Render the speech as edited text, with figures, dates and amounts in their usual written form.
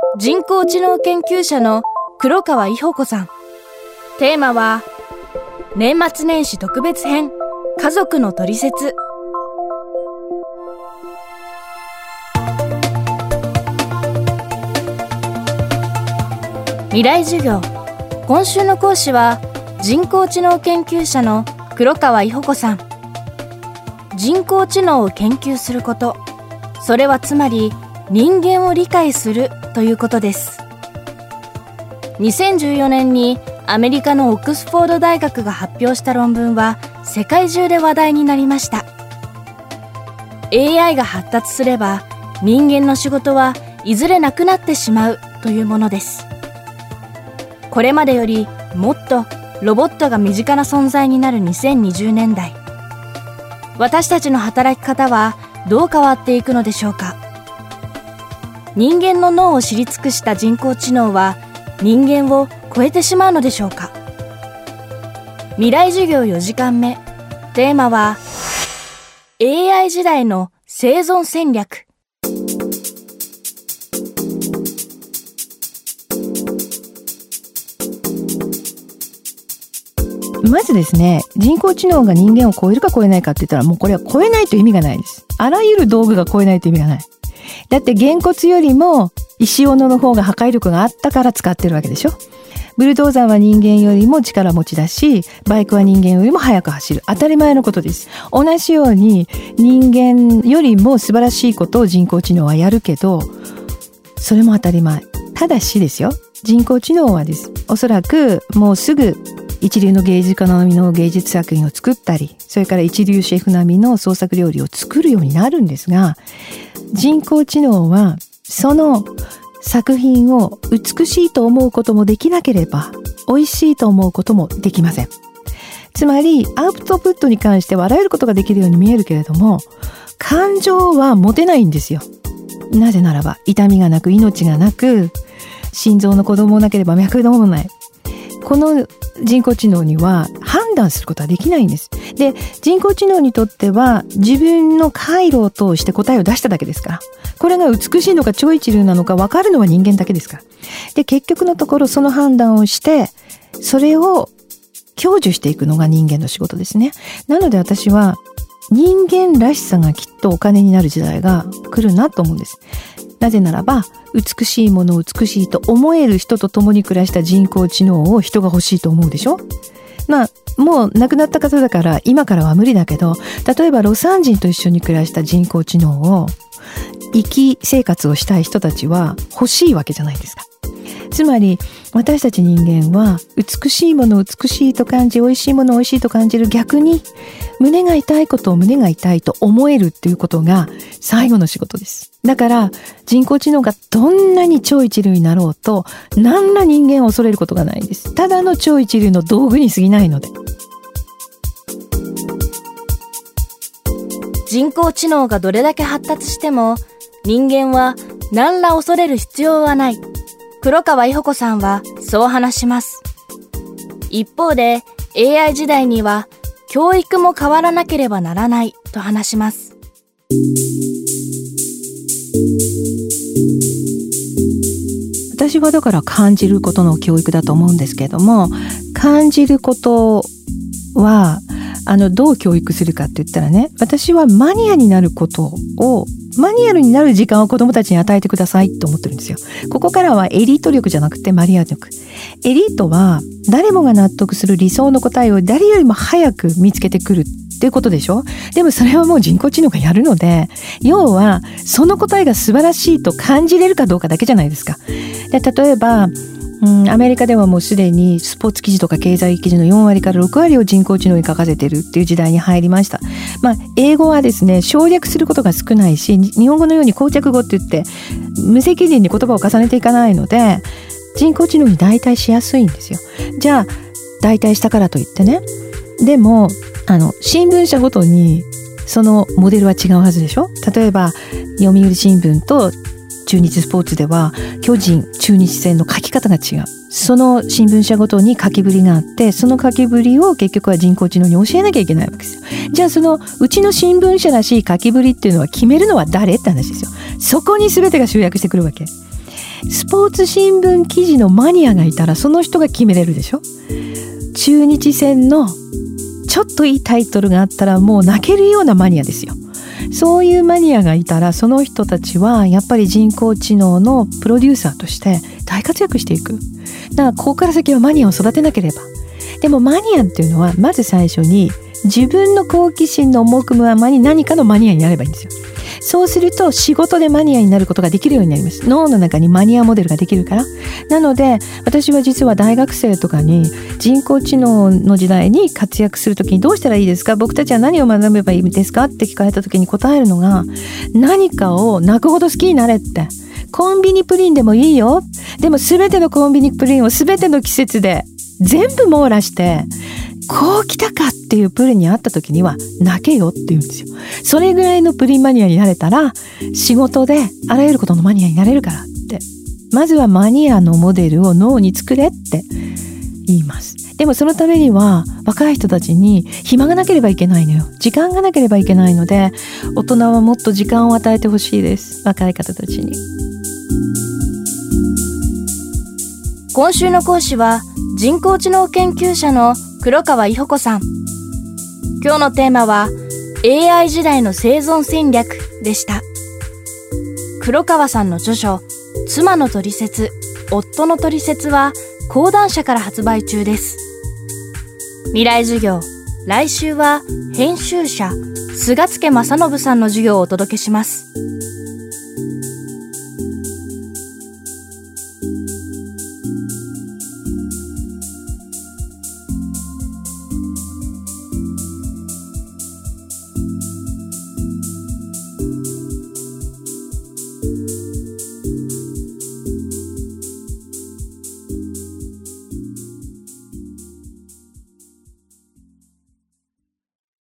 人工知能研究者の黒川伊保子さん。テーマは年末年始特別編、家族のトリセツ。未来授業、今週の講師は人工知能研究者の黒川伊保子さん。人工知能を研究すること、それはつまり人間を理解するということです。2014年にアメリカのオックスフォード大学が発表した論文は世界中で話題になりました。 AI が発達すれば人間の仕事はいずれなくなってしまうというものです。これまでよりもっとロボットが身近な存在になる2020年代、私たちの働き方はどう変わっていくのでしょうか。人間の脳を知り尽くした人工知能は人間を超えてしまうのでしょうか。未来授業4時間目、テーマは AI 時代の生存戦略。 まずですね、人工知能が人間を超えるか超えないかって言ったら、もうこれは超えないと意味がないです。あらゆる道具が超えないと意味がない。だってげんこつよりも石斧の方が破壊力があったから使ってるわけでしょ。ブルドーザーは人間よりも力持ちだし、バイクは人間よりも速く走る。当たり前のことです。同じように人間よりも素晴らしいことを人工知能はやるけど、それも当たり前。ただしですよ、人工知能はです、おそらくもうすぐ一流の芸術家並みの芸術作品を作ったり、それから一流シェフ並みの創作料理を作るようになるんですが、人工知能はその作品を美しいと思うこともできなければ、美味しいと思うこともできません。つまりアウトプットに関してはあらゆることができるように見えるけれども、感情は持てないんですよ。なぜならば痛みがなく、命がなく、心臓の鼓動もなければ脈動もない。この人工知能には判断することはできないんです。で、人工知能にとっては自分の回路を通して答えを出しただけですから、これが美しいのか超一流なのか分かるのは人間だけですから。で、結局のところその判断をして、それを享受していくのが人間の仕事ですね。なので私は人間らしさがきっとお金になる時代が来るなと思うんです。なぜならば、美しいものを美しいと思える人と共に暮らした人工知能を人が欲しいと思うでしょ。まあ、もう亡くなった方だから今からは無理だけど、例えば魯山人と一緒に暮らした人工知能を生き生活をしたい人たちは欲しいわけじゃないですか。つまり私たち人間は美しいものを美しいと感じ、美味しいものを美味しいと感じる、逆に胸が痛いことを胸が痛いと思えるっていうことが最後の仕事です。だから人工知能がどんなに超一流になろうと、何ら人間を恐れることがないんです。ただの超一流の道具に過ぎないので。 人工知能がどれだけ発達しても人間は何ら恐れる必要はない。黒川伊保子さんはそう話します。一方で AI 時代には教育も変わらなければならないと話します。 私はだから感じることの教育だと思うんですけれども、感じることはどう教育するかって言ったらね、私はマニアになることを、マニュアルになる時間を子どもたちに与えてくださいと思ってるんですよ。ここからはエリート力じゃなくてマニア力。エリートは誰もが納得する理想の答えを誰よりも早く見つけてくるっていうことでしょ。でもそれはもう人工知能がやるので、要はその答えが素晴らしいと感じれるかどうかだけじゃないですか。で、例えばアメリカではもうすでにスポーツ記事とか経済記事の4割から6割を人工知能に書かせてるっていう時代に入りました。英語はですね、省略することが少ないし、日本語のように膠着語って言って無責任に言葉を重ねていかないので、人工知能に代替しやすいんですよ。じゃあ代替したからといってね、でも新聞社ごとにそのモデルは違うはずでしょ。例えば読売新聞と中日スポーツでは巨人中日戦の書き方が違う。その新聞社ごとに書きぶりがあって、その書きぶりを結局は人工知能に教えなきゃいけないわけですよ。じゃあそのうちの新聞社らしい書きぶりっていうのは決めるのは誰って話ですよ。そこに全てが集約してくるわけスポーツ新聞記事のマニアがいたらその人が決めれるでしょ。中日戦のちょっといいタイトルがあったらもう泣けるようなマニアですよ。そういうマニアがいたらその人たちはやっぱり人工知能のプロデューサーとして大活躍していく。だからここから先はマニアを育てなければ。でもマニアっていうのはまず最初に自分の好奇心の赴くままに何かのマニアになればいいんですよ。そうすると仕事でマニアになることができるようになります。脳の中にマニアモデルができるから。なので私は実は大学生とかに人工知能の時代に活躍するときにどうしたらいいですか、僕たちは何を学べばいいですかって聞かれたときに答えるのが、何かを泣くほど好きになれって。コンビニプリンでもいいよ。でも全てのコンビニプリンを全ての季節で全部網羅してこう来たかっていうプリンに会った時には泣けよって言うんですよ。それぐらいのプリンマニアになれたら仕事であらゆることのマニアになれるからって、まずはマニアのモデルを脳に作れって言います。でもそのためには若い人たちに暇がなければいけないのよ。時間がなければいけないので、大人はもっと時間を与えてほしいです。若い方たちに。 今週の講師は人工知能研究者の黒川伊保子さん。今日のテーマは AI 時代の生存戦略でした。黒川さんの著書妻のトリセツ、夫のトリセツは講談社から発売中です。未来授業、来週は編集者菅助正信さんの授業をお届けします。